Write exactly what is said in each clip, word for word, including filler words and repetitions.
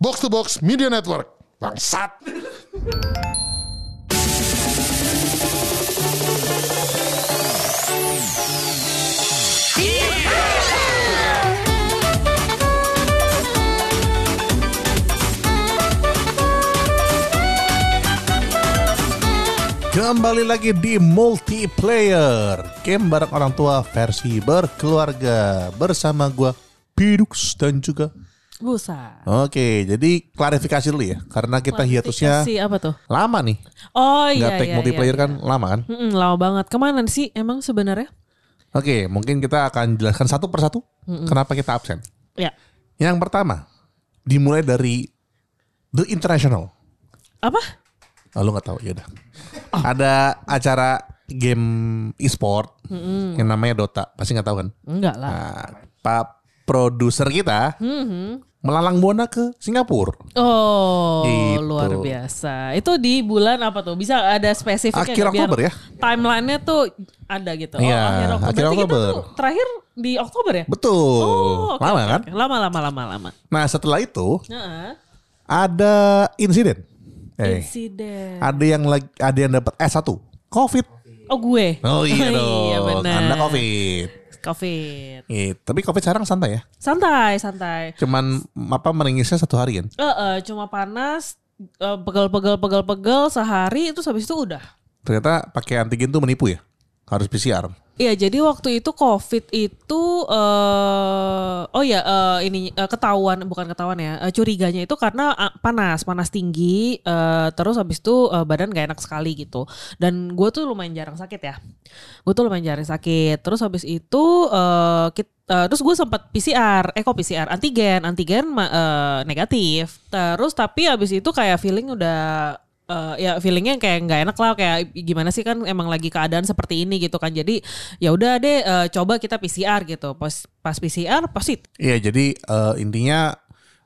Box to Box Media Network. Bangsat. Kembali lagi di Multiplayer, game bareng orang tua versi berkeluarga. Bersama gue Pidux dan juga Busa. Oke, jadi klarifikasi dulu ya, karena kita hiatusnya apa tuh? lama nih. Oh iya. Nggak take iya, multiplayer iya, kan iya. lama kan? Mm-mm, lama banget. Kemana sih emang sebenarnya? Oke, mungkin kita akan jelaskan satu persatu Mm-mm. kenapa kita absen. Ya. Yang pertama, dimulai dari The International. Apa? Oh, lu nggak tahu ya udah. Oh. Ada acara game e-sport Mm-mm. yang namanya Dota, pasti nggak tahu kan? Enggak lah. Nah, Pak produser kita mm-hmm. melalang buana ke Singapura. Oh, gitu. Luar biasa. Itu di bulan apa tuh? Bisa ada spesifiknya? Akhir Oktober ya? Timelinenya tuh ada gitu. Iya, oh, akhir Oktober. akhir Berarti Oktober. kita tuh terakhir di Oktober ya? Betul. Oh, okay, lama okay, kan? Okay. Lama, lama, lama, lama. Nah, setelah itu uh-huh. ada insiden. Eh, Insiden. Ada yang lagi, ada yang dapat S satu, COVID. Oh gue. Oh iya dong. Iya benar. Anda COVID. COVID. Eh, tapi COVID sekarang santai ya. Santai, santai. Cuman apa meringisnya satu hari kan? Eh, uh, cuma panas, uh, pegel-pegel, pegel-pegel sehari itu habis itu udah. Ternyata pakai antigen tuh menipu ya. Harus P C R. Iya, jadi waktu itu COVID itu uh, oh ya uh, ini uh, ketahuan bukan ketahuan ya, uh, curiganya itu karena uh, panas, panas tinggi, uh, terus habis itu uh, badan gak enak sekali gitu. Dan gue tuh lumayan jarang sakit ya. Gue tuh lumayan jarang sakit. Terus habis itu uh, kita Uh, terus gue sempat P C R, eh kok P C R, antigen, antigen uh, negatif. Terus tapi abis itu kayak feeling udah, uh, ya feelingnya kayak nggak enak lah, kayak gimana sih kan emang lagi keadaan seperti ini gitu kan. Jadi ya udah deh, uh, coba kita P C R gitu. Pas pas P C R positif. Iya, jadi uh, intinya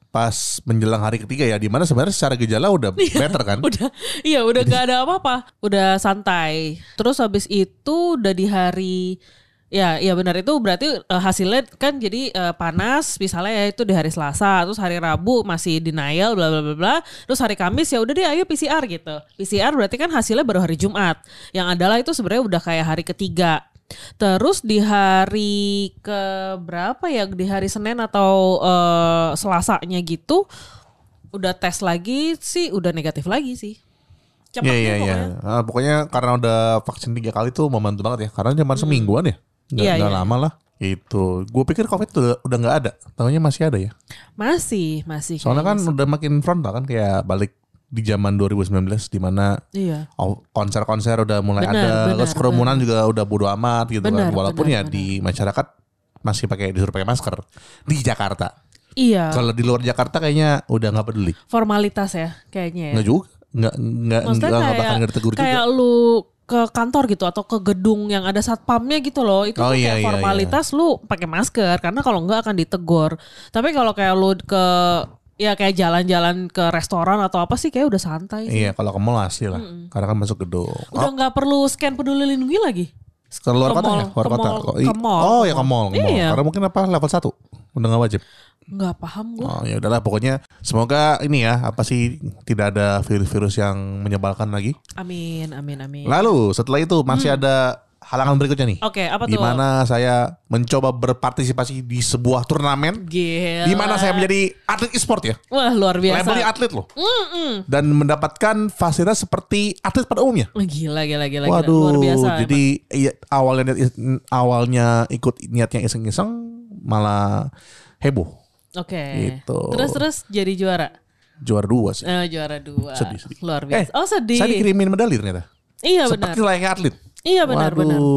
pas menjelang hari ketiga ya, dimana sebenarnya secara gejala udah better kan? Udah, iya udah nggak ada apa-apa, udah santai. Terus habis itu udah di hari Ya, ya benar itu berarti uh, hasilnya kan jadi uh, panas misalnya ya itu di hari Selasa, terus hari Rabu masih denial bla bla bla bla, terus hari Kamis ya udah deh ayo P C R gitu. P C R berarti kan hasilnya baru hari Jumat. Yang adalah itu sebenarnya udah kayak hari ketiga. Terus di hari ke berapa ya, di hari Senin atau uh, Selasanya gitu udah tes lagi sih udah negatif lagi sih. Cepet Iya deh iya iya. pokoknya. Nah, pokoknya karena udah vaksin tiga kali tuh membantu banget ya. Karena cuma hmm. semingguan ya. Nggak, iya, nggak iya. lama lah. Itu. Gue pikir COVID tuh udah, udah gak ada. Tahunya masih ada ya. Masih, masih. Soalnya kan masih. udah makin frontal kan. Kayak balik di zaman dua ribu sembilan belas. Dimana iya. konser-konser udah mulai benar, ada. benar, Terus kerumunan benar. juga udah bodo amat gitu benar, kan. Walaupun benar, ya benar. di masyarakat masih pakai disuruh pakai masker. Di Jakarta. Iya. Kalau di luar Jakarta kayaknya udah gak peduli. Formalitas ya kayaknya ya. Nggak juga. Nggak, nggak, Maksudnya nggak kayak, bakal nggak ditegur juga. kayak lu ke kantor gitu atau ke gedung yang ada satpamnya gitu loh. Itu Oh, tuh iya, kayak iya, formalitas iya. Lu pakai masker karena kalau enggak akan ditegur. Tapi kalau kayak lu ke ya kayak jalan-jalan ke restoran atau apa sih kayak udah santai sih. Iya, kalau ke mall asli lah. Mm-mm. Karena kan masuk gedung. Udah nggak oh. perlu scan peduli lindungi lagi. Ke luar ke kota mall, ya? Luar ke kota. mall, Oh, ke mall, oh ke ya ke mall. Ke mall. Iya. Karena mungkin apa level satu. Udah gak wajib. Nggak paham gue. Oh ya udahlah, pokoknya semoga ini ya apa sih tidak ada virus-virus yang menyebalkan lagi. Amin, amin, amin. Lalu setelah itu masih hmm. ada halangan berikutnya nih. Oke, okay, apa tuh? Di mana saya mencoba berpartisipasi di sebuah turnamen. Gila. Di mana saya menjadi atlet e-sport ya. Wah, luar biasa. Labelnya atlet loh. Mm-mm. Dan mendapatkan fasilitas seperti atlet pada umumnya. Gila, gila, gila. Waduh, luar biasa. Jadi iya, awalnya awalnya ikut niatnya iseng-iseng malah heboh. Oke. Okay. Gitu. Terus terus jadi juara. Juara dua sih. Oh, juara dua. Sedih, sedih. Luar biasa. Eh, oh sedih. Saya dikirimin medali ternyata. Iya benar. Seperti layaknya atlet. Iya benar Waduh, benar.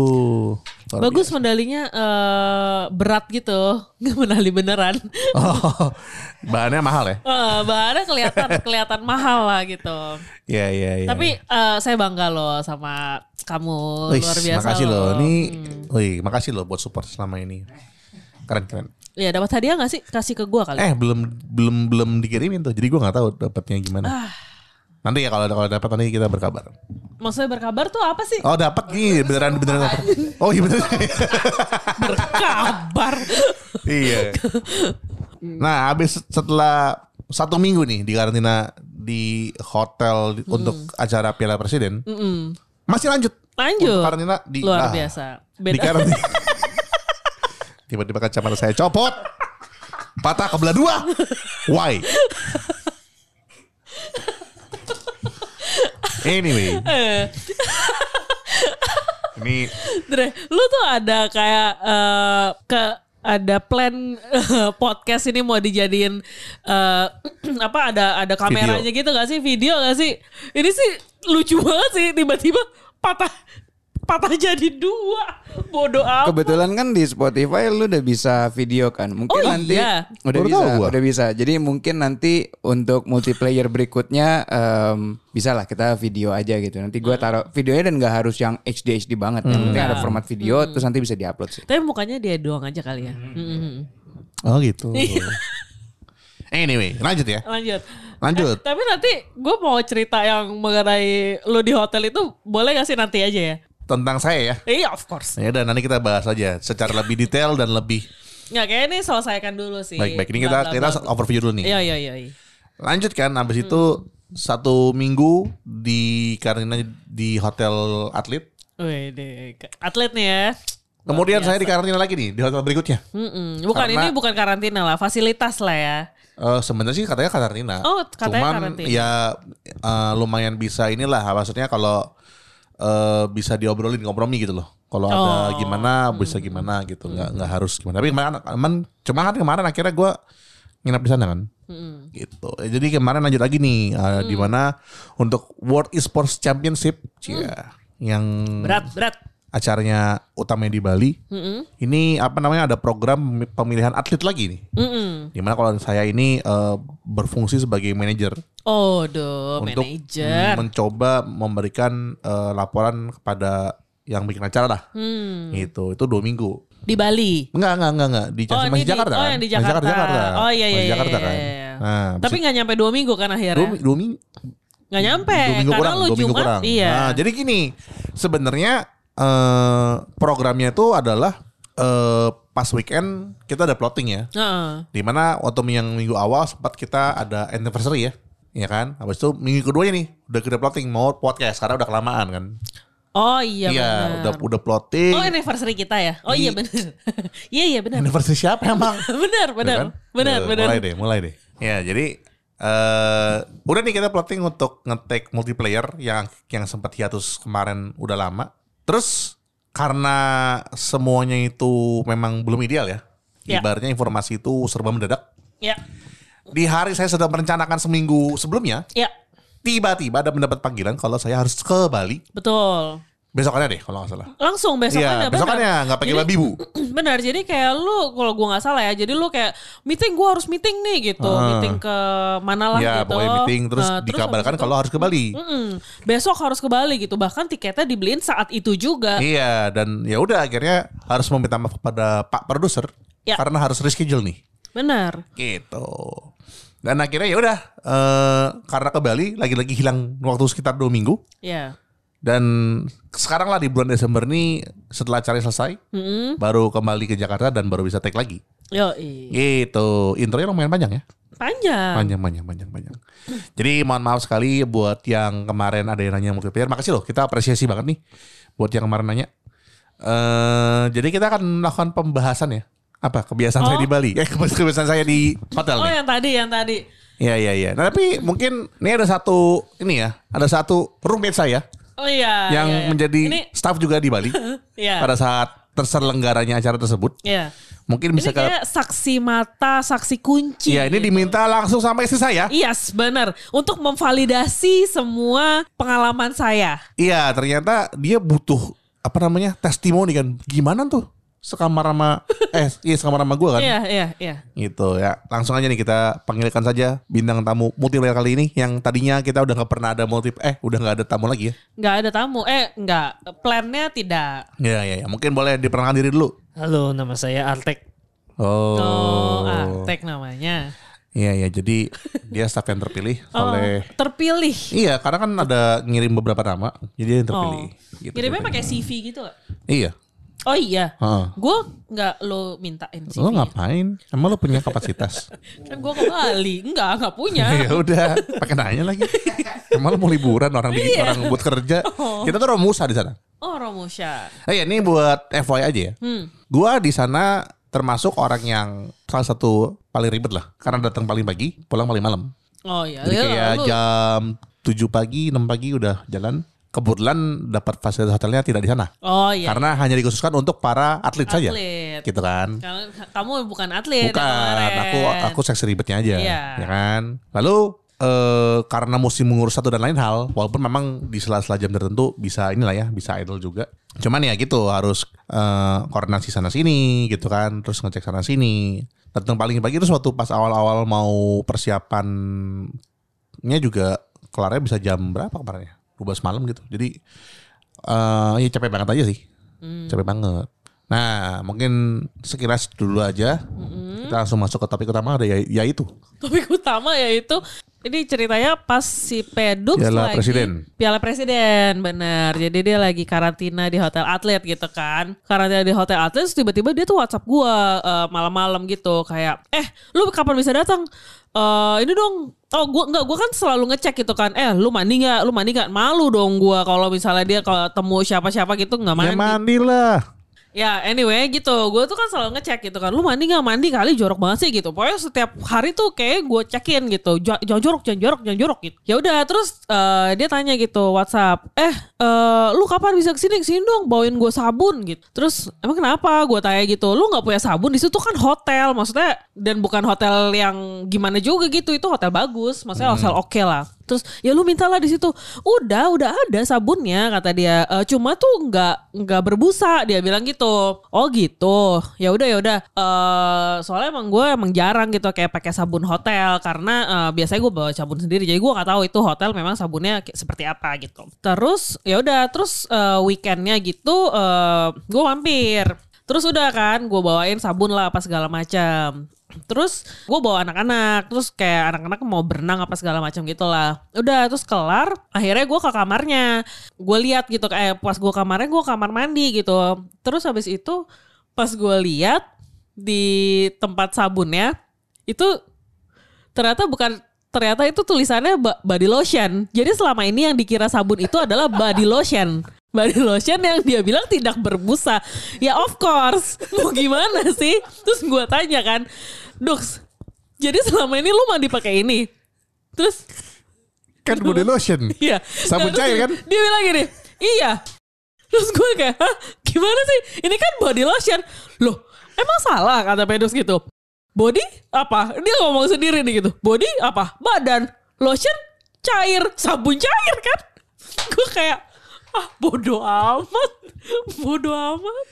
Bagus biasa. medalinya uh, berat gitu, nggak medali beneran. Oh, bahannya mahal ya? Uh, bahannya kelihatan kelihatan mahal lah gitu. Iya iya iya. Tapi uh, saya bangga loh sama kamu. Wih, luar biasa. Makasih loh. loh. Ini, hmm. wih, makasih loh buat support selama ini. Keren keren. Ya dapat hadiah nggak sih? Kasih ke gua kali. Eh belum belum belum dikirimin tuh. Jadi gua nggak tahu dapatnya gimana. Ah. Nanti ya kalau kalau dapat nanti kita berkabar. Maksudnya berkabar tuh apa sih? Oh dapat nih beneran beneran dapat. Oh iya bener. Berkabar. Iya. Nah habis setelah satu minggu nih di karantina di hotel di- untuk acara Piala Presiden. Mm-mm. Masih lanjut. Lanjut. Untuk karantina di Luar ah, biasa. Di Beda. karantina. Tiba-tiba kacamata saya copot. Patah kebelah dua. Why? Anyway. Ini Dre, lu tuh ada kayak eh, ke ada plan podcast ini mau dijadiin eh, apa ada ada kameranya gitu gak sih, video gak sih? Ini sih lucu banget sih, tiba-tiba patah patah jadi dua. Bodoh amat. Kebetulan kan di Spotify lu udah bisa video kan. Mungkin Oh, nanti iya. udah Baru bisa, tahu gua. udah bisa. Jadi mungkin nanti untuk multiplayer berikutnya em, bisa lah kita video aja gitu. Nanti gua taruh videonya dan nggak harus yang H D H D banget. Yang penting ada format video terus nanti bisa diupload sih. Tapi mukanya dia doang aja kali ya. Mm-mm. oh gitu. Iya. Anyway, lanjut ya. Lanjut. Lanjut. Eh, tapi nanti gue mau cerita yang mengenai lu di hotel itu boleh gak sih nanti aja ya? Tentang saya ya. Iya, of course. Ya udah nanti kita bahas aja secara lebih detail dan lebih Nggak, kayak ini selesaikan dulu sih. baik-baik. Ini kita Bla, bla, kita bla. overview dulu nih. Iya, iya, iya. iya. Lanjut kan, abis itu satu minggu di karantina di hotel atlet. Wih, deh. Atlet nih ya. Kemudian saya di karantina lagi nih di hotel berikutnya. Mm-mm. Bukan Karena- ini bukan karantina lah, fasilitas lah ya. Eh sebenarnya sih katanya karantina. Oh, katanya Cuman karantina. ya eh, lumayan bisa inilah, maksudnya kalau eh, bisa diobrolin kompromi gitu loh. Kalau ada Oh. gimana bisa gimana gitu, nggak nggak harus gimana. Tapi kemarin, kemarin cuma kan kemarin akhirnya gue nginap di sana kan. Mm-mm. Gitu. Eh, Jadi kemarin lanjut lagi nih eh, di mana untuk World Esports Championship, cia, yang Berat, berat. acaranya utamanya di Bali. Mm-mm. Ini apa namanya ada program pemilihan atlet lagi nih. Mm-mm. Dimana kalau saya ini eh, berfungsi sebagai manajer Oh, do untuk manajer. mencoba memberikan eh, laporan kepada yang bikin acara lah. Hmm. Gitu. Itu dua minggu. Di Bali. Enggak, enggak, enggak, enggak. Di Oh, masih ini di- Jakarta oh, kan? yang di Masih Jakarta. Jakarta. Oh, iya, Masih iya, Jakarta iya, kan. iya. Nah, Tapi nggak nyampe dua minggu kan akhirnya? dua, dua minggu Nggak nyampe. dua minggu karena kurang, lu dua minggu Jumat, kurang. Iya. Nah, jadi gini, sebenarnya eh, programnya itu adalah eh, pas weekend kita ada plotting ya. Heeh. Dimana waktu yang minggu awal sempat kita ada anniversary ya, ya kan. Habis itu minggu keduanya nih udah kita plotting mau podcast karena udah kelamaan kan. Oh iya, Iya, benar. udah udah plotting. Oh anniversary kita ya? Oh iya Di- benar. Iya iya benar. Anniversary siapa emang? Benar benar. Ya kan? Benar Udah, benar. Mulai deh, mulai deh. Ya, jadi eh udah nih kita plotting untuk nge-take multiplayer yang yang sempat hiatus kemarin udah lama. Terus karena semuanya itu memang belum ideal ya. Ya. Ibaratnya informasi itu serba mendadak. Ya. Di hari saya sedang merencanakan seminggu sebelumnya, Ya. tiba-tiba ada mendapat panggilan kalau saya harus ke Bali. Betul. Besokannya deh kalau nggak salah. Langsung besokannya. Iya, besokannya nggak pakai Jadi- babi bu. Benar, jadi kayak lu kalau gua nggak salah ya, jadi lu kayak meeting gua harus meeting nih gitu, Ah. meeting ke mana lah Ya gitu. pokoknya meeting terus Nah, dikabarkan habis itu, kalau harus ke Bali. mm-mm, besok harus ke Bali gitu, bahkan tiketnya dibeliin saat itu juga. Iya, dan ya udah akhirnya harus meminta maaf kepada Pak Produser Ya. karena harus reschedule nih. Benar. Gitu. Dan akhirnya ya udah eh, karena ke Bali lagi-lagi hilang waktu sekitar dua minggu. Ya. Dan sekarang lah di bulan Desember nih setelah acara selesai Mm-mm. baru kembali ke Jakarta dan baru bisa take lagi. Yo, Gitu. Intronya lumayan panjang ya. panjang. Panjang, panjang, panjang, panjang. Jadi mohon maaf sekali buat yang kemarin ada yang nanya multiplayer. Makasih loh, kita apresiasi banget nih buat yang kemarin nanya. Eh, jadi kita akan melakukan pembahasan ya. Apa kebiasaan saya Oh. di Bali? Eh kebiasaan saya di hotel Oh nih. yang tadi, yang tadi. Iya iya iya. Nah, tapi mungkin ini ada satu ini ya, ada satu roommate saya Oh iya. yang iya, iya. menjadi Ini, staff juga di Bali ya. pada saat terselenggaranya acara tersebut. Ya. Mungkin Ini bisa ke kayak saksi mata, saksi kunci. Iya, ini gitu. diminta langsung sama istri saya. Yes, benar. Untuk memvalidasi semua pengalaman saya. Iya, ternyata dia butuh apa namanya? Testimoni kan. Gimana tuh? Sekamar sama eh iya sekamar sama gue kan. Iya, iya, iya. Gitu ya. Langsung aja nih kita panggilkan saja bintang tamu multiplayer kali ini yang tadinya kita udah nggak pernah ada multi eh udah nggak ada tamu lagi ya. Nggak ada tamu. Eh, nggak. Plannya tidak. Iya iya ya. Mungkin boleh diperkenalkan diri dulu. Halo, nama saya Artek. Oh. Oh, Artek namanya. Iya iya. Jadi dia staff yang terpilih Oh, oleh terpilih. iya karena kan ada ngirim beberapa nama. Jadi dia yang terpilih. Oh. Gitu, Kirimnya ceritanya. pakai C V gitu gak? Iya. Oh iya, Heeh. gue nggak lo mintain C V. Lo ngapain? Emang lo punya kapasitas? Kan gue ke Bali, enggak nggak punya. Ya udah, pakai nanya lagi. Emang lo mau liburan orang di Iya. orang buat kerja? Kita tuh Romusa di sana. Oh Romusha. Eh ya, ini buat F Y I aja ya. Hmm. Gua di sana termasuk orang yang salah satu paling ribet lah, karena datang paling pagi, pulang paling malam. Oh iya. Jadi Ya, kayak lu- jam tujuh pagi, enam pagi udah jalan. Kebetulan dapat fasilitas hotelnya tidak di sana. Oh iya. Karena hanya dikhususkan untuk para atlet, saja. Atlet. Gitu kan. Karena kamu bukan atlet. Bukan, kemarin. aku aku seksi ribetnya aja, Iya. ya kan. Lalu eh, karena mesti mengurus satu dan lain hal, walaupun memang di sela-sela jam tertentu bisa inilah ya, bisa idle juga. Cuman ya gitu, harus eh, koordinasi sana sini gitu kan, terus ngecek sana sini. Datang paling pagi itu suatu pas awal-awal mau persiapannya juga kelarnya bisa jam berapa kemarin ya? dua belas malam gitu. Jadi eh ya capek banget aja sih. Capek banget. Nah, mungkin sekilas dulu aja. Kita langsung masuk ke topik utama, ada ya, yaitu Topik utama yaitu ini ceritanya pas si Pedux Piala lagi Presiden. Piala Presiden, benar. Jadi dia lagi karantina di hotel atlet gitu kan. Karantina di hotel atlet terus tiba-tiba dia tuh WhatsApp gua eh, malam-malam gitu kayak, "Eh, lu kapan bisa datang? Eh ini dong." Oh, gua enggak, gua kan selalu ngecek gitu kan. "Eh, lu mandi enggak? Lu mandi enggak?" Malu dong gua kalau misalnya dia kalau temu siapa-siapa gitu enggak mandi. ya mandilah. Ya anyway gitu, gue tuh kan selalu ngecek gitu kan, lu mandi gak mandi kali jorok banget sih gitu. Pokoknya setiap hari tuh kayak gue cekin gitu, Ja- jangan jorok, jangan jorok, jangan jorok gitu. Ya udah terus eh, dia tanya gitu WhatsApp, eh eh, lu kapan bisa kesini kesini dong, bawain gue sabun gitu. Terus emang kenapa? Gue tanya gitu, lu nggak punya sabun di situ kan hotel, maksudnya dan bukan hotel yang gimana juga gitu, itu hotel bagus, maksudnya hotel oke lah. Terus ya lu mintalah di situ. Udah, udah ada sabunnya kata dia. E, cuma tuh nggak nggak berbusa, dia bilang gitu. Oh gitu. Ya udah ya udah. Eh, soalnya emang gue emang jarang gitu kayak pakai sabun hotel karena eh, biasanya gue bawa sabun sendiri. Jadi gue nggak tahu itu hotel memang sabunnya kayak seperti apa gitu. Terus ya udah terus eh, weekendnya gitu eh, gue mampir. Terus udah kan gue bawain sabun lah apa segala macam. Terus gue bawa anak-anak, terus kayak anak-anak mau berenang apa segala macam gitulah. Udah terus kelar, akhirnya gue ke kamarnya, gue lihat gitu kayak pas gue kamarnya gue kamar mandi gitu. Terus habis itu pas gue lihat di tempat sabunnya itu ternyata bukan ternyata itu tulisannya ba- body lotion. Jadi selama ini yang dikira sabun itu adalah body lotion. Body lotion yang dia bilang tidak berbusa. Ya of course. Mau gimana sih? Terus gue tanya kan, Dux, jadi selama ini lu mandi pakai ini? Terus Kan body lotion. iya. Sabun Nah, terus cair dia- kan? Dia bilang gini, iya. Terus gue kayak, hah gimana sih? Ini kan body lotion. Loh, emang salah kata Pedus gitu. Body apa? Dia ngomong sendiri nih gitu. Body apa? Badan. Lotion cair. Sabun cair kan? Gue kayak, ah bodoh amat. Bodoh amat.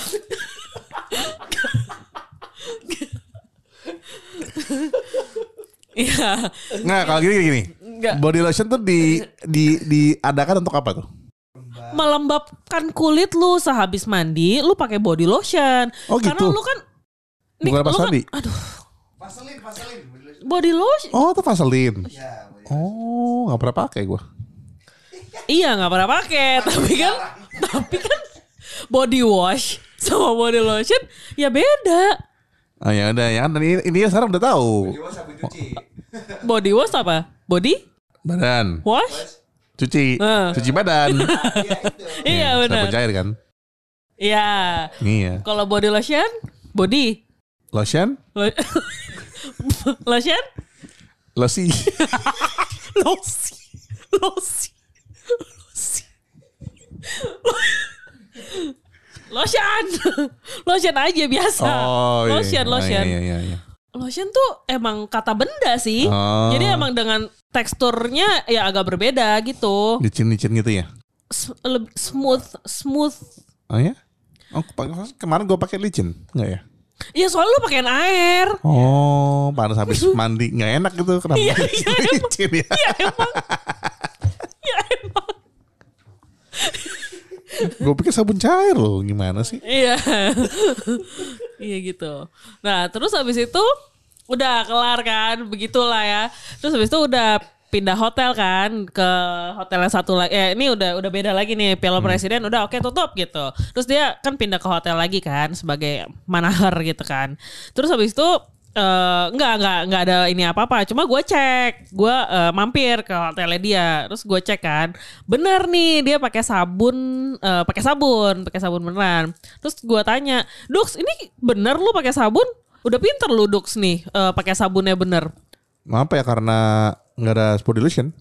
Iya. Nah, kalau gini gini. Enggak. Body lotion tuh di di diadakan untuk apa tuh? Melembabkan kulit lu sehabis mandi, lu pakai body lotion. Oh, gitu. Karena lu kan Bukan pas lu kan- mandi? aduh. Body lotion. Oh, itu Vaseline. Oh, nggak pernah pakai gue. Iya, nggak pernah pakai, tapi kan tapi kan body wash sama body lotion ya beda. Oh ya udah ya kan ini, ini sekarang udah tahu. Body wash apa? Body Badan, wash? cuci, Ah. cuci badan. Iya Sabun benar. cair kan? Iya. Iya. Kalau body lotion, body Lotion, Lo- lotion, losi. losi, losi, losi. Lotion, lotion aja biasa. Oh, iya. Lotion, Oh, lotion. Iya, iya, iya. Lotion tuh emang kata benda sih. Oh. Jadi emang dengan teksturnya ya agak berbeda gitu. Licin-licin gitu ya? S- lebih smooth, smooth. Oh ya? Oh, ke- kemarin gue pakai licin, enggak ya? Iya soalnya lu pakein air. Oh, panas habis mandi nggak enak gitu kenapa? Iya, iya, emang. licin ya? Ya emang. Ya emang. Gue pikir sabun cair loh, gimana sih? Iya. Iya gitu. Nah terus habis itu udah kelar kan. Begitulah ya. Terus habis itu udah pindah hotel kan ke hotel yang satu lagi. Eh ini udah udah beda lagi nih Piala Presiden udah oke tutup gitu. Terus dia kan pindah ke hotel lagi kan sebagai manajer gitu kan. Terus habis itu Uh, enggak enggak enggak ada ini apa-apa, cuma gue cek, gue uh, mampir ke hotelnya dia, terus gue cek kan, bener nih dia pakai sabun, uh, pakai sabun, pakai sabun beneran. Terus gue tanya, Dux ini bener lu pakai sabun? Udah pinter lu Dux nih, uh, pakai sabunnya bener. Apa ya karena nggak ada sport dilution?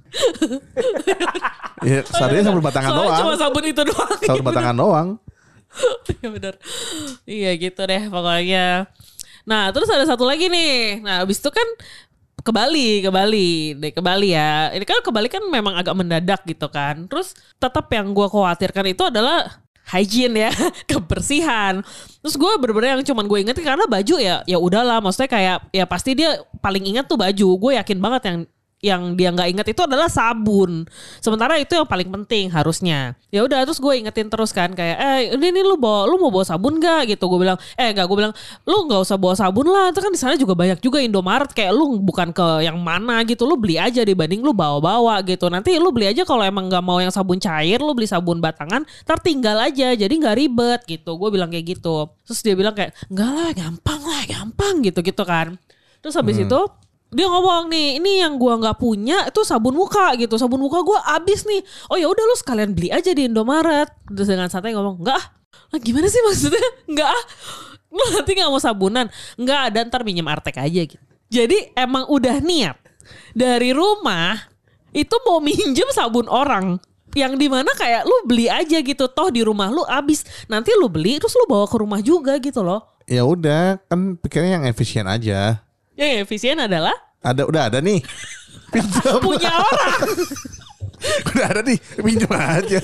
Ya, saatnya sabun batangan Soalnya doang. cuma sabun itu doang. Sabun batangan doang. Iya bener. Iya gitu deh pokoknya. Nah terus ada satu lagi nih. Nah abis itu kan ke Bali, ke Bali, deh ke Bali ya. Ini kan ke Bali kan memang agak mendadak gitu kan. Terus tetap yang gue khawatirkan itu adalah hygiene ya, kebersihan. Terus gue bener-bener yang cuman gue inget karena baju ya, ya udahlah. Maksudnya kayak ya pasti dia paling ingat tuh baju. Gue yakin banget yang yang dia nggak inget itu adalah sabun. Sementara itu yang paling penting harusnya. Ya udah terus gue ingetin terus kan kayak eh ini nih lu bawa lu mau bawa sabun nggak gitu. Gue bilang eh nggak gue bilang lu nggak usah bawa sabun lah. Itu kan di sana juga banyak juga Indomaret kayak lu bukan ke yang mana gitu. Lu beli aja dibanding lu bawa-bawa gitu. Nanti lu beli aja kalau emang nggak mau yang sabun cair lu beli sabun batangan. Tertinggal aja jadi nggak ribet gitu. Gue bilang kayak gitu. Terus dia bilang kayak nggak lah gampang lah gampang gitu gitu kan. Terus habis hmm. itu dia ngomong nih, ini yang gua nggak punya itu sabun muka gitu, sabun muka gua abis nih. Oh ya udah lu sekalian beli aja di Indomaret. Terus dengan santai ngomong, enggak, ah, gimana sih maksudnya? Enggak, lu nanti nggak mau sabunan? Enggak ada, ntar minjem Artek aja gitu. Jadi emang udah niat dari rumah itu mau minjem sabun orang. Yang dimana kayak lu beli aja gitu, toh di rumah lu abis, nanti lu beli terus lu bawa ke rumah juga gitu loh. Ya udah, kan pikirnya yang efisien aja. Yang efisien adalah ada udah ada nih pinjam punya orang. Udah ada nih pinjam aja.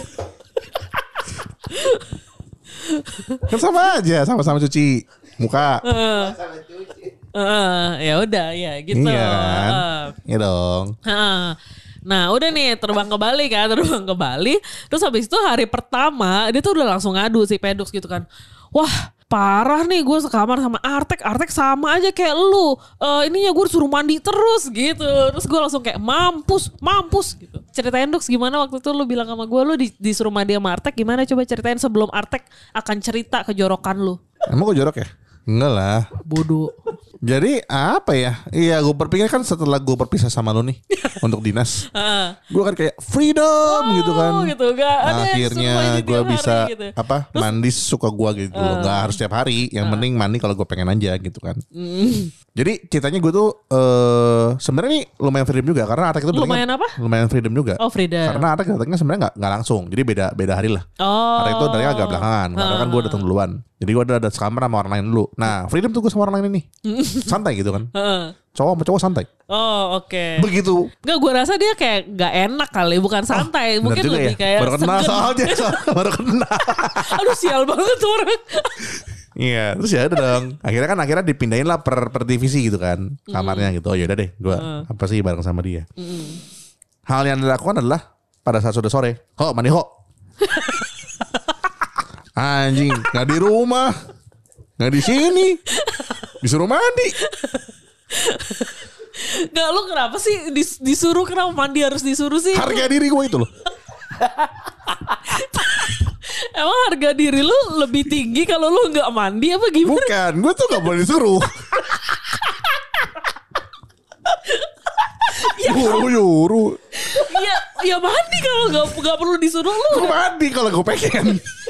Kan sama aja sama-sama cuci muka. Uh, uh, ya udah ya gitu. Iya kan? Uh, Iya dong. Uh, nah udah nih terbang ke Bali kan, terbang ke Bali. Terus habis itu hari pertama dia tuh udah langsung ngadu si Pedux gitu kan. Wah parah nih gue sekamar sama Artek. Artek sama aja kayak lu. Uh, ininya gue disuruh mandi terus gitu. Terus gue langsung kayak mampus, mampus gitu. Ceritain Dux gimana waktu itu lu bilang sama gue lu disuruh mandi sama Artek. Gimana coba ceritain sebelum Artek akan cerita kejorokan lu. Emang gue jorok ya? Enggak lah. Bodoh. Jadi apa ya? Iya gue berpikir kan setelah gue berpisah sama lu nih untuk dinas. Uh. Gue kan kayak freedom oh, gitu kan. Gitu. Gak ada akhirnya gue bisa gitu. Apa terus, mandi suka gue gitu. Uh. Gak harus setiap hari. Yang uh. penting mandi kalau gue pengen aja gitu kan. Mm. Jadi ceritanya gue tuh uh, sebenarnya nih lumayan freedom juga karena Artek itu lumayan apa? Lumayan freedom juga. Oh freedom. Karena Artek datangnya sebenarnya nggak nggak langsung. Jadi beda beda hari lah. Oh. Artek itu dari agak belakangan. Karena uh. kan gue datang duluan. Jadi gue udah ada sekamar sama orang lain dulu. Nah freedom tuh gue sama orang lain ini. Santai gitu kan. Uh. Cowok sama cowok santai. Oh oke. Okay. Begitu. Enggak gue rasa dia kayak gak enak kali. Bukan santai. Oh, mungkin lebih ya? Kayak baru kenal soalnya. Baru kenal. Aduh sial banget tuh orang. Iya, terus ya udah dong. Akhirnya kan akhirnya dipindahin lah per, per divisi gitu kan kamarnya mm. gitu. Oh yaudah deh, gue uh. apa sih bareng sama dia. Mm. Hal yang dilakukan adalah pada saat sudah sore, ho mandi ho. Anjing, nggak di rumah, nggak di sini, disuruh mandi. Nggak, lu kenapa sih dis, disuruh kenapa mandi harus disuruh sih? Harga diri gue itu loh. Emang harga diri lu lebih tinggi kalau lu nggak mandi apa gimana? Bukan, gue tuh nggak boleh disuruh. Yuru yuru. Ya, ya mandi kalau nggak nggak perlu disuruh lu. Gue mandi kalau gue pengen.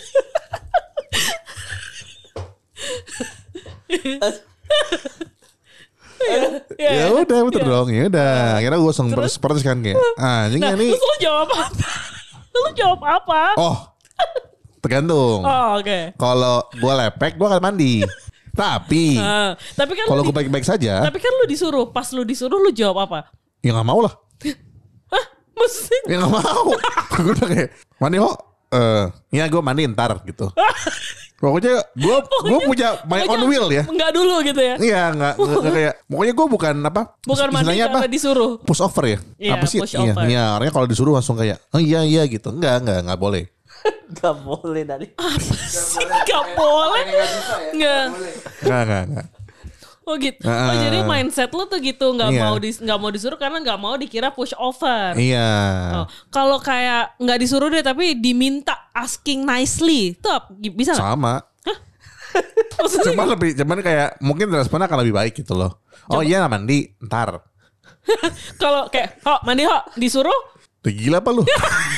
ya, ya, ya udah betul ya. Dong, ya udah. Akhirnya gue langsung protes kan kayak, ah ini nah, nih. Terus lu jawab apa? Lu jawab apa? Oh. Tergantung. Oh, oke. Okay. Kalau gue lepek, gue akan mandi. Tapi, uh, tapi kan kalau gue baik-baik saja. Tapi kan lu disuruh, pas lu disuruh lu jawab apa? Ya nggak mau lah. Hah? Maksudnya? Ya nggak mau. Gue udah kayak mandi kok. Eh, uh, ya gue mandi ntar gitu. Pokoknya gue gue punya my own will ya. Enggak dulu gitu ya? Iya nggak kayak. Pokoknya gue bukan apa? Bukan mandi karena disuruh. Push over ya? Iya, apa sih? Push iya, over. Iya, orangnya kalau disuruh langsung kayak, oh iya iya gitu. Enggak enggak enggak boleh. Gak boleh tadi. Apa sih? Gak boleh. Enggak. Enggak enggak enggak. Oh gitu. Uh, oh jadi mindset lu tuh gitu, nggak iya. mau dis, nggak mau disuruh karena nggak mau dikira push over. Iya. Oh, kalau kayak nggak disuruh deh tapi diminta asking nicely, tuh ap- bisa nggak? Sama. Maksudnya Cuma lebih, cuman kayak mungkin responnya akan lebih baik gitu loh. Oh Coba. iya mandi, ntar. kalau kayak, ho mandi ho disuruh, Udah gila apa lu?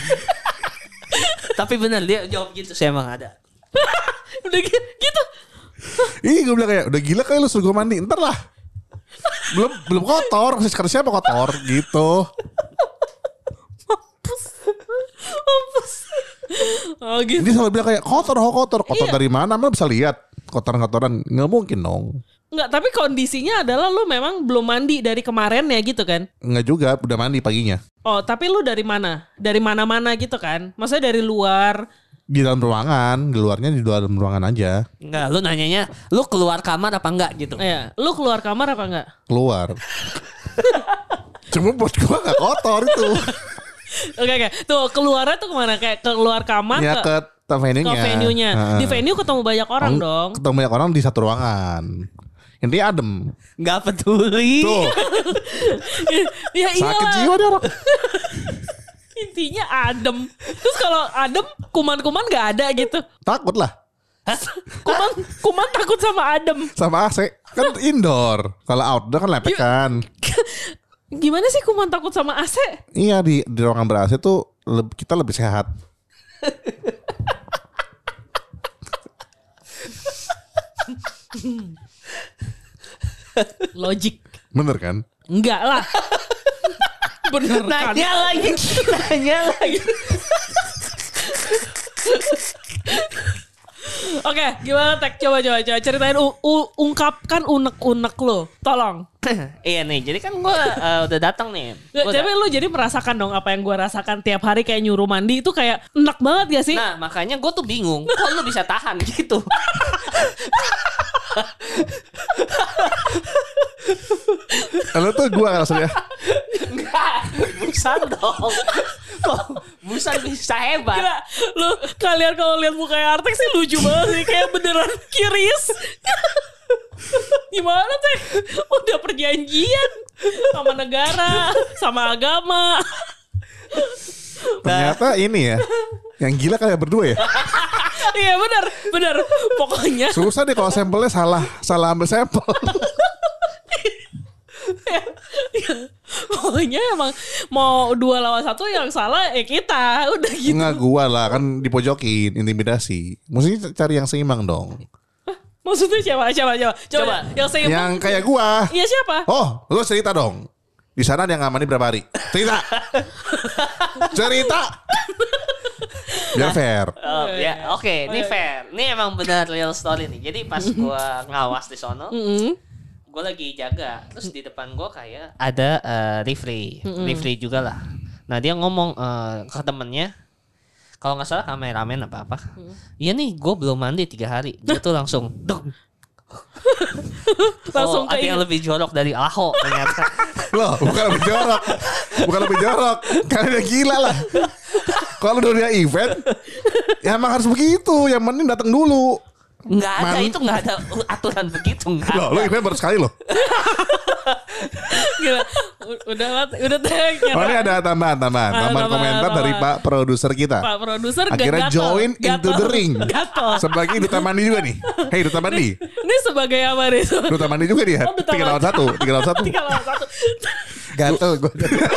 Tapi benar dia jawab gitu sih emang ada. udah gitu. gitu. Ih gue bilang kayak udah gila kayak lu suruh gue mandi, ntar lah. Belum belum kotor, sekarang siapa kotor gitu. Mampus. Oh gitu. Dia selalu bilang kayak kotor, ho kotor, kotor Iya. dari mana? Mana bisa lihat kotoran-kotoran? Nggak mungkin dong. Enggak, tapi kondisinya adalah lu memang belum mandi dari kemarin ya gitu kan? Nggak juga, udah mandi paginya. Oh, tapi lu dari mana? Dari mana-mana gitu kan? Maksudnya dari luar. Di dalam ruangan, di luarnya di dalam ruangan aja. Enggak, lu nanyanya lu keluar kamar apa enggak gitu. Iya, lu keluar kamar apa enggak? Keluar. Cuma buat gua nggak kotor itu. Oke, oke. Tuh, keluarnya tuh kemana? Kayak keluar kamar Ya ke, ke venue-nya. ke venue-nya. Heeh. Di venue ketemu banyak orang Ong- dong. Ketemu banyak orang di satu ruangan. Intinya adem. Enggak peduli. Tuh, Ya sakit iyalah. jiwa dia orang. Intinya adem. Terus kalau adem, kuman-kuman gak ada gitu. Takut lah. Kuman kuman takut sama adem. Sama A C. Kan indoor. Kalau outdoor kan lepekan. Gimana sih kuman takut sama A C? Iya, di, di ruangan ber-A C tuh leb- kita lebih sehat. Logik. Bener kan? Enggak lah. Bener kan? Nanya lagi, nanya lagi. Oke, gimana Tek? Coba coba coba ceritain u- u- ungkapkan unek-unek lo. Tolong. Iya nih, jadi kan gue uh, udah datang nih. Gua Tapi udah- lu jadi merasakan dong apa yang gue rasakan tiap hari kayak nyuruh mandi itu kayak enak banget ya sih? Nah makanya gue tuh bingung, kok lu bisa tahan gitu? Lalu tuh gue kan rasanya. Enggak, busan dong. Kok busan bisa hebat? Gila, lu kalian kalau lihat mukanya Artek sih lucu banget sih, kayak beneran curious. Gimana Tek? Udah perjanjian sama negara, sama agama. Ternyata ini ya. Yang gila kayak berdua ya. Iya bener, bener. Pokoknya Susah deh kalau sampelnya salah. Salah ambil sampel. pokoknya emang mau dua lawan satu yang salah eh kita. Udah gitu. Enggak gua lah. Kan dipojokin. Intimidasi. Mestinya cari yang seimbang dong. Maksudnya siapa? Siapa? Siapa? Coba, Coba. yang seimbang. Yang kayak gua. Iya siapa? Oh, lu cerita dong. Di sana dia nggak mandi berapa hari? Cerita. Cerita. Biar fair. Oh, ya, oke, ini fair. Ini emang benar real story nih. Jadi pas gua ngawas di sono, gua lagi jaga. Terus di depan gua kayak ada uh, referee, referee juga lah. Nah dia ngomong uh, ke temennya, kalau nggak salah kameramen apa apa. Iya nih, gua belum mandi tiga hari. Dia tuh langsung, dong. Langsung oh, ada yang kayak lebih jorok dari Aho ternyata. Loh, bukan lebih jorok. Bukan lebih jorok. Kalian udah gila lah. Kalau udah dia event, ya emang harus begitu. Yang penting datang dulu. Nggak ada, Man- itu nggak ada aturan begitu. Nggak Loh, lu ada. event baru sekali loh. gila. U- Udah lah, udah Tek. Oh ini ada tambahan, tambahan, Ada tambahan tambahan, komentar dari tambahan. Pak produser kita. Pak produser Akhirnya gatel. join into Gatel. the ring. Gatel. Sebagai duta mandi juga nih. Hei duta mandi. Ini sebagai apa nih? Duta mandi juga dia. Oh, duta Tiga lawan mandi. satu. Tiga lawan satu. Tiga lawan satu. Gatel gue.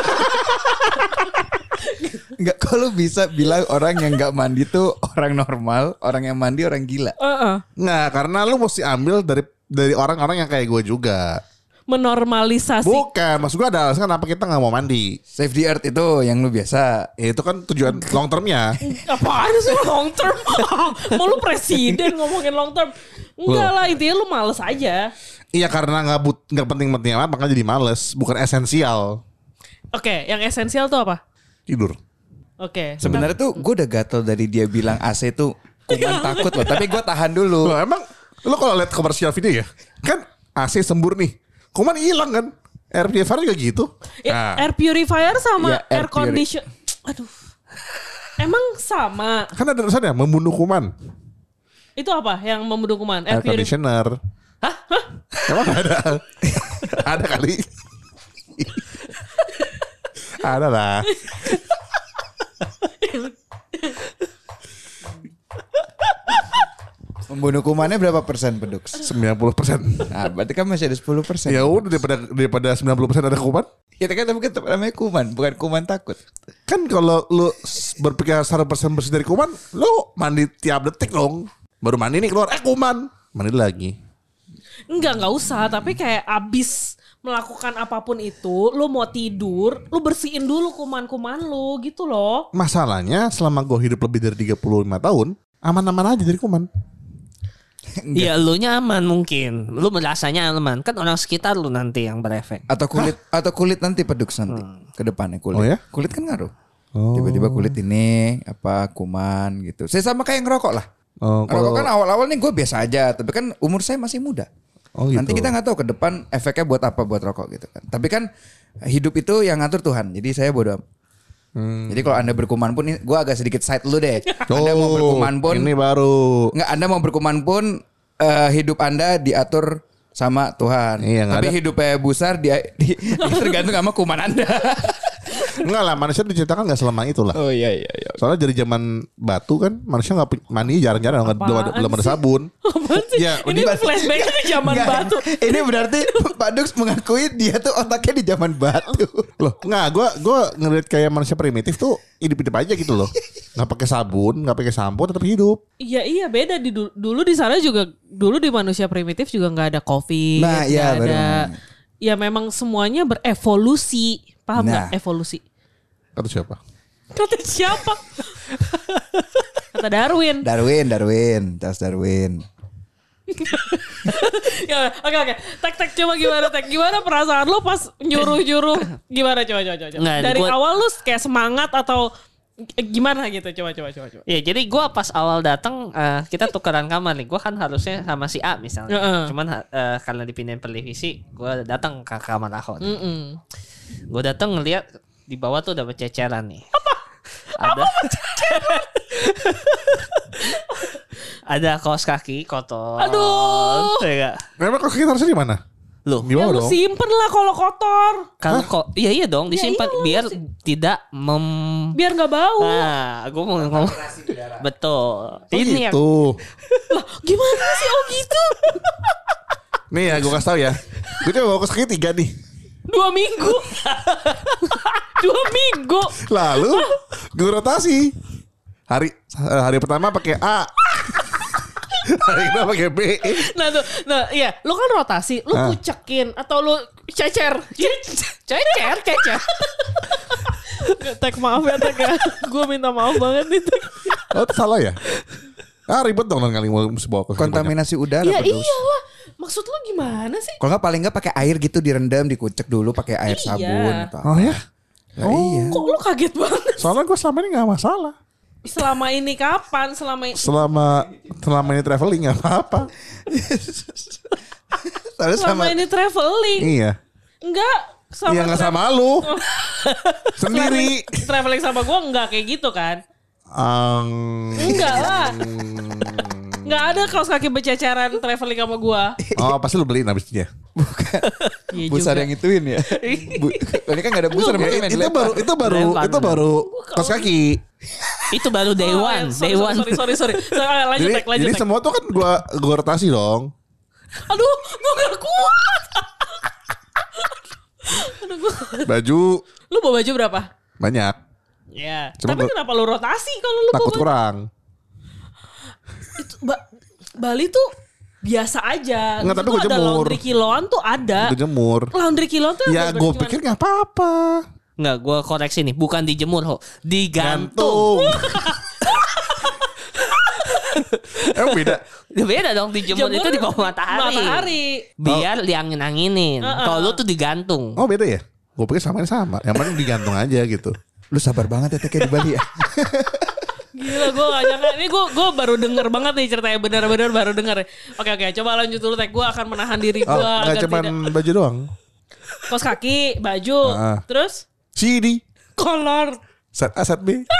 Enggak, kalau bisa bilang orang yang nggak mandi tuh orang normal, orang yang mandi orang gila. Heeh. Nggak, karena lu mesti ambil dari dari orang-orang yang kayak gue juga. Menormalisasi. Bukan, maksud gue ada alasan kenapa kita nggak mau mandi. Save the earth itu yang lu biasa. Ya, itu kan tujuan long termnya. Apaan sih long term? Mau lu presiden ngomongin long term? Enggak Loh. lah, intinya lu males aja. Iya karena nggak but nggak penting-penting amat makanya jadi males, bukan esensial. Oke, yang esensial tuh apa? Tidur. Oke. Sebenarnya tuh gue udah gatel dari dia bilang A C tuh kuman takut loh. Tapi gue tahan dulu. Loh, emang lo kalau lihat komersial video ya, kan A C sembur nih, kuman hilang kan? Air purifier juga gitu. Ya, Nah, air purifier sama Ya, air air condition. Aduh. Emang sama. kan ada tulisannya membunuh kuman. Itu apa yang membunuh kuman? Air Air purifier. conditioner. Hah? Emang gak ada? Ada kali. Ada lah. Membunuh kumannya berapa persen Pedux? sembilan puluh persen. Nah, berarti kan masih ada sepuluh persen. Ya udah daripada daripada sembilan puluh persen ada kuman. Ya kan tapi kan namanya kuman, bukan kuman takut. Kan kalau lu berpikir seratus persen bersih dari kuman, lu mandi tiap detik dong. Baru mandi nih keluar eh kuman. Mandi lagi. Enggak, enggak usah, tapi kayak abis melakukan apapun itu, lu mau tidur, lu bersihin dulu kuman-kuman lu gitu loh. Masalahnya selama gue hidup lebih dari tiga puluh lima tahun, aman-aman aja dari kuman. Iya, lu nyaman mungkin. Lu merasanya aman. Kan orang sekitar lu nanti yang berefek. Atau kulit Hah? atau kulit nanti Pedux nanti hmm. ke depannya kulit. Oh ya? Kulit kan ngaruh. Oh. Tiba-tiba kulit ini apa kuman gitu. Saya sama kayak ngerokok lah. Oh, ngerokok kalau... kan awal-awal nih gue biasa aja, tapi kan umur saya masih muda. Oh, gitu. Nanti kita nggak tahu ke depan efeknya buat apa buat rokok gitu kan. Tapi kan hidup itu yang ngatur Tuhan. Jadi saya bodoh. Hmm. Jadi kalau Anda berkuman pun, gue agak sedikit side lu deh. Oh, Anda mau berkuman pun ini baru. Nggak, Anda mau berkuman pun uh, hidup Anda diatur sama Tuhan. Iya, tapi ada. hidupnya besar dia di, di, tergantung sama kuman Anda. Enggak lah, manusia diciptakan nggak selama itu lah. Oh iya iya. iya. Soalnya dari zaman batu kan manusia nggak mandi jarang-jarang, nggak belum ada, belum ada sabun. Apaan sih? Ya, ini flashback ke zaman Nggak, batu. Ini berarti Pak Dux mengakui dia tuh otaknya di zaman batu. Loh, nggak, gue gue ngeliat kayak manusia primitif tuh hidup-hidup aja gitu loh. Nggak pakai sabun, nggak pakai sampo, tetap hidup. Iya iya beda di dulu, dulu di sana juga dulu di manusia primitif juga nggak ada COVID, Nah, iya, nggak ada. bener. Ya memang semuanya berevolusi, paham nggak? Nah. Evolusi. Kata siapa? Kata siapa? Kata Darwin. Darwin, Darwin, Charles Darwin. Ya, oke oke. Tek tek coba gimana tek? Gimana perasaan lu pas nyuruh-nyuruh? Gimana coba coba coba. Nggak, Dari gua- awal lu kayak semangat atau gimana gitu? Coba coba coba coba. Ya jadi gue pas awal datang uh, kita tukeran kamar nih. Gue kan harusnya sama si A misalnya. Uh-uh. Cuman uh, karena dipindahin televisi, gue datang ke kamar aku. Mm-mm. Gue datang ngeliat di bawah tuh udah berceceran nih. Apa? Ada. Ada kaos kaki kotor. Aduh. Ya, Memang kok kita harusnya di mana? loh. Di Ya bawah lu dong. simpen lah kalau kotor. Kalau kok iya iya dong disimpan iya, lu biar mesti- tidak mem. Biar nggak bau. Nah, gue mau ngomong. Betul. Oh, Ini yang gitu. Lah gimana sih oh gitu? Nih ya, gue kasih tau ya. Gue coba bawa kaki tiga nih. Dua minggu. Dua minggu. Lalu gue rotasi. Hari hari pertama pakai A. Hari kedua pakai B. Nah tuh, nah iya, lu kan rotasi, lu Ah. kucekin atau lu cecer? cecer, cecer. Tek maaf ya Tek ya, gue minta maaf banget nih Tek. Oh, itu salah ya? Ah, ribet dong lain kali mau mesti bawa kaki banyak. Kontaminasi udara Ya Pedux. iyalah, maksud lu gimana sih? Kalau nggak paling nggak pakai air gitu direndam, dikucek dulu pakai air Iya. sabun. Atau Oh ya? Nah, iya. Kok lu kaget banget? Soalnya gue selama ini gak masalah. Selama ini kapan? Selama ini, Selama selama ini traveling gak apa-apa. Soalnya selama sama ini traveling? Iya. Enggak. Sama Iya gak tra- sama lu. Sendiri. Traveling, traveling sama gue enggak kayak gitu kan? Um, Enggak lah. Enggak ada kaos kaki berceceran traveling sama gue. oh pasti lu beliin abisnya. Iya busar juga. yang ituin ya. Bu, ini kan gak ada busar, makanya main Itu dilempar. baru itu baru Lempar, itu baru kaos kaki. Itu baru day Oh, one, ya, sorry, day one. sorry, sorry, sorry, sorry. Sorry, lanjut Jadi, Tek, lanjut jadi Tek. semua tuh kan gua gua rotasi dong. Aduh, gue gak kuat. Aduh, gua... Baju Lu bawa baju berapa? banyak. Ya. Cuma Tapi gua- kenapa lu rotasi kalau lu Takut bawa? kurang. Itu, Ba- Bali tuh biasa aja. Enggak, Di tapi situ gua ada jemur. laundry kiloan tuh ada. Gua jemur. Laundry kiloan tuh Ya yang gue bener-bener pikir gak apa-apa. Enggak, gue koreksi nih, bukan dijemur, ho. Digantung. Emang beda. Beda dong, dijemur Jemur itu di bawah matahari. matahari. Biar diangin-anginin. Uh-uh. Kalau lu tuh digantung. Oh beda ya? Gue pikir sama sama. Yang penting digantung aja gitu. Lu sabar banget ya Tek di Bali ya. Gila gue gak nyangka. Ini gue gue baru denger banget nih ceritanya. Benar-benar baru denger. Oke oke coba lanjut dulu Tek. Gue akan menahan diri gue Oh, agar gak cuman tidak. baju doang. Kaos kaki, baju, Ah. terus C D, kolor. set A, set B.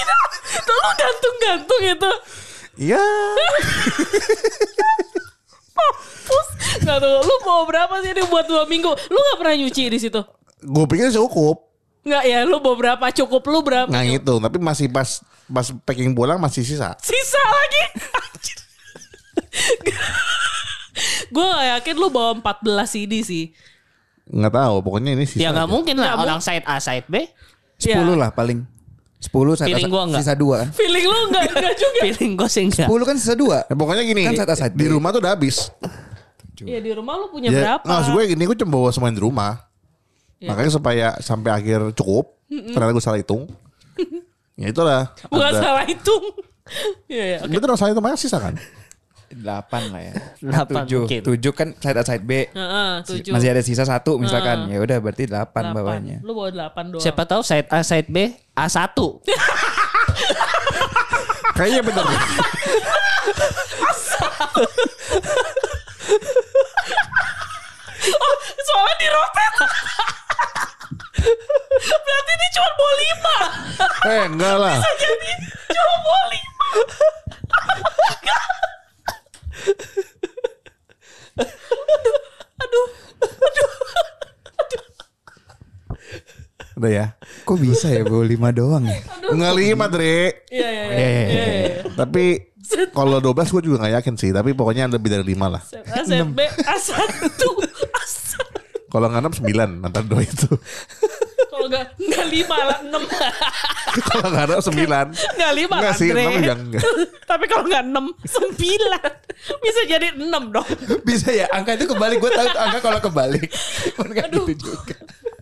Tuh lu gantung-gantung itu. Iya. Mampus. Nggak tahu. Lu bawa berapa sih ini buat dua minggu? Lu nggak pernah nyuci di situ? Gue pikir cukup. Nggak ya? Lu bawa berapa? Cukup lu berapa? Nah itu, tapi masih pas pas packing pulang masih sisa. Sisa lagi. Gue gak yakin lu bawa empat belas C D sih. Nggak tahu, pokoknya ini sisa. Ya nggak aja. mungkin lah Nggak orang side A side B. sepuluh lah paling. sepuluh side Feeling gua enggak. sisa dua kan. Feeling lu enggak, enggak juga. Feeling gue sih enggak. sepuluh kan sisa dua. Ya, pokoknya gini, Kan side A, side di B. rumah tuh udah habis. Ya di rumah lu punya Ya, berapa? nggak, maksud gue gini, gue cuma bawa semuanya di rumah. Ya. Makanya supaya sampai akhir cukup, ternyata gue salah hitung. Ya itulah. Bukan ada- salah hitung. Iya ya. Betul, salah hitung makanya sisa kan. delapan lah ya. Delapan tujuh. mungkin. tujuh kan side A side B. Heeh, tujuh. Masih ada sisa satu misalkan. Ya udah berarti delapan Delapan. bawahnya. Lu bawa delapan doang. Siapa tahu side A side B A satu. Kayaknya bener. Oh, soalnya di rotet. Berarti ini cuma bawa lima. Eh enggak lah. Jadi cuma bawa lima. Aduh, aduh, aduh. Udah ya. Kok bisa ya bawa lima doang ya? Enggak lima, Dre. Iya, iya, Iya, iya, iya. iya. Tapi kalau dua belas gue juga gak yakin sih. Tapi pokoknya lebih dari lima lah. A Z B A satu. A satu. Kalau nggak enam sembilan antara dua itu. Kalau enggak enggak lima lah, enam. Kalau nggak enam sembilan. Enggak lima Enggak lah, sih, Dre. enam juga enggak. Tapi kalau enggak enam, sembilan. Bisa jadi enam dong. Bisa ya angka itu kebalik. Gue tahu tuh angka kalau kebalik. Cuman kan Aduh. gitu juga.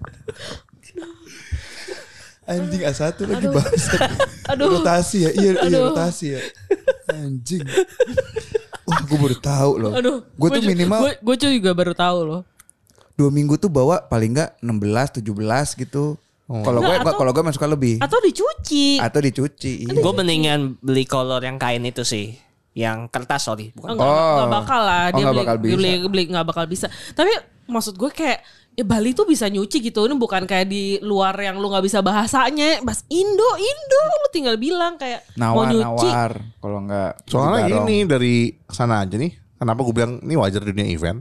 Anjing A satu lagi bangsat. Aduh. Rotasi ya. Iya, iya Aduh. rotasi ya. Anjing. Wah, gue baru tahu loh. Aduh. Gue tuh minimal Gue gue juga baru tahu loh. dua minggu tuh bawa paling enggak enam belas, tujuh belas gitu. Kalau gue Nggak, atau- kalau gue masuk lebih. Atau dicuci. Atau dicuci. Iya. Gue mendingan beli kolor yang kain itu sih. Yang kertas sorry. Bukan. Enggak, Oh. enggak bakal lah Oh, dia nggak beli, bakal bisa. beli beli nggak bakal bisa. Tapi maksud gue kayak ya Bali tuh bisa nyuci gitu. Ini bukan kayak di luar yang lu nggak bisa bahasanya. Mas Indo, Indo lu tinggal bilang kayak mau Nawar, nyuci. nawar. Kalau enggak. Soalnya di barong. gini dari sana aja nih. Kenapa gue bilang ini wajar di dunia event?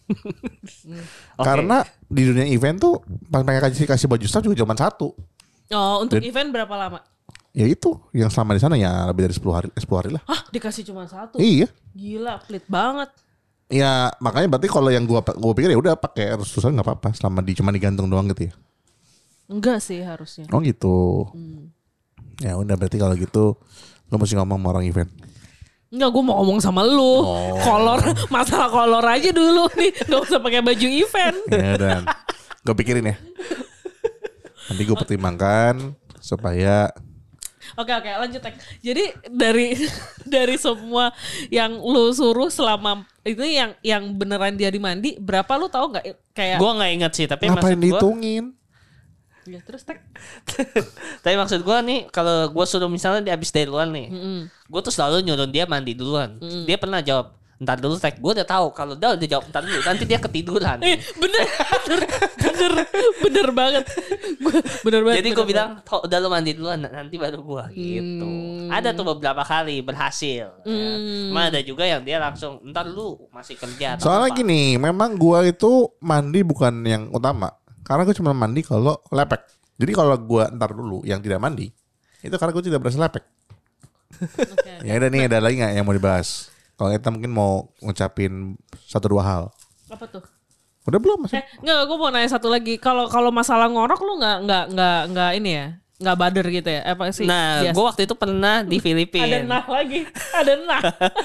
Karena di dunia event tuh pas mereka kasih kasih baju staff juga cuma satu. Oh, untuk Dan- event berapa lama? Ya itu yang selama di sana ya lebih dari sepuluh hari, sepuluh hari lah. Hah, dikasih cuma satu. Iya. Gila, pelit banget. Ya makanya berarti kalau yang gua gua pikir ya udah pakai restusan nggak apa-apa selama di cuma digantung doang gitu ya. Enggak sih harusnya. Oh gitu. Ya udah berarti kalau gitu gua mesti ngomong sama orang event. Enggak, gue mau ngomong sama lu. Kolor, masalah kolor aja dulu nih. Gak usah pakai baju event. Ya dan gue pikirin ya. Nanti gue pertimbangkan supaya Oke oke lanjut Tek. Jadi dari dari semua yang lu suruh selama itu yang yang beneran dia dimandi berapa lu tahu nggak kayak? Gue nggak inget sih. Tapi ngapain maksud gue. dihitungin? Ya, terus Tek. Tapi maksud gue nih kalau gue suruh misalnya dia habis dari luar nih, gue tuh selalu nyuruh dia mandi duluan. Dia pernah jawab, ntar dulu Tek. Gue udah tahu kalau dia udah jawab ntar dulu, nanti dia ketiduran. Eh, bener, bener, bener, bener banget. Gua- Bener banget. Jadi bener gue banget. bilang, "Toh, udah lu mandi duluan, nanti baru gue." Gitu. Ada tuh beberapa kali berhasil. Ya. Cuma ada juga yang dia langsung, ntar lu masih kerja. atau Soalnya apa." gini, memang gua itu mandi bukan yang utama. Karena gue cuma mandi kalau lepek. Jadi kalau gua ntar dulu yang tidak mandi, itu karena gue tidak berasa lepek. Oke. Ya udah nih, ada lagi nggak yang mau dibahas? Kalau kita mungkin mau ngucapin satu dua hal. Apa tuh? Udah belum masih? Eh, enggak, gue mau nanya satu lagi. Kalau kalau masalah ngorok lu nggak nggak nggak nggak ini ya? Nggak bader gitu ya? Apa sih? Nah, Biasa. gue waktu itu pernah di ada Filipina. nah lagi, ada nah.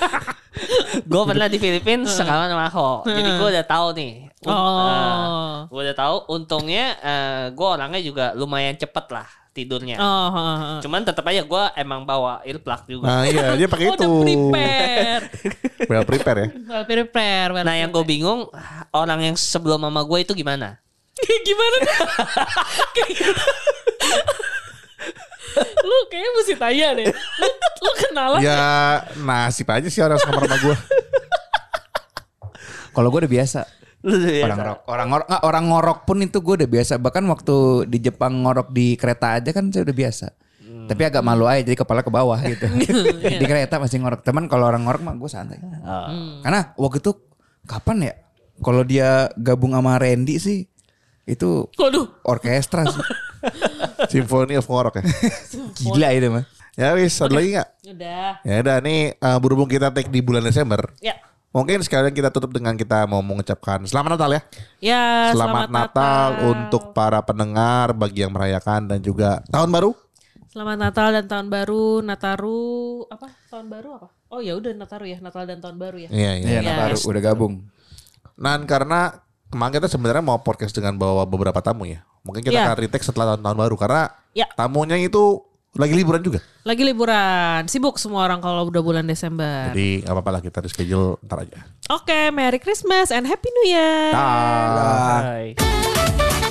Gue pernah di Filipina sekawan sama Ho. Jadi gue udah tahu nih. Oh. gue udah tahu. Untungnya gue orangnya juga lumayan cepet lah tidurnya. Oh, ha, ha. Cuman tetap aja gue emang bawa earplug juga. Nah iya, dia pakai Oh, itu. udah prepare. Well prepare ya. Well prepare. Well Nah yang gue bingung orang yang sebelum mama gue itu gimana? gimana? Lu kayaknya mesti tanya deh. Lu, lu kenalan? Ya nasib aja sih orang sama sama gue. Kalau gue udah biasa. Orang ngorok, orang ngorok, nggak, orang ngorok pun itu gue udah biasa. Bahkan waktu di Jepang ngorok di kereta aja kan saya udah biasa. Hmm. Tapi agak malu aja jadi kepala ke bawah gitu. Di kereta masih ngorok. Teman kalau orang ngorok mah gue santai. Oh. Karena waktu itu kapan ya? Kalau dia gabung sama Randy sih itu Waduh. orkestra sih. Symphony of Ngorok ya. Gila itu mah. Ya wis, ada lagi gak? Udah. Ya udah nih uh, berhubung kita take di bulan Desember. Ya. Mungkin sekalian kita tutup dengan kita mau mengucapkan selamat Natal ya. Ya, Selamat, selamat, Natal, untuk para pendengar bagi yang merayakan dan juga tahun baru. Selamat Natal dan tahun baru. Nataru apa? Tahun baru apa? Oh ya udah Nataru ya, Natal dan tahun baru ya. Iya, iya. Iya, Ya. baru udah gabung. Dan karena kemarin kita sebenarnya mau podcast dengan bawa beberapa tamu ya. Mungkin kita Ya. akan retake setelah tahun, tahun baru karena Ya. tamunya itu lagi liburan juga. Lagi liburan, sibuk semua orang kalau udah bulan Desember. Jadi nggak apa-apa lah kita reschedule ntar aja. Oke, Merry Christmas and Happy New Year. Dah. Bye.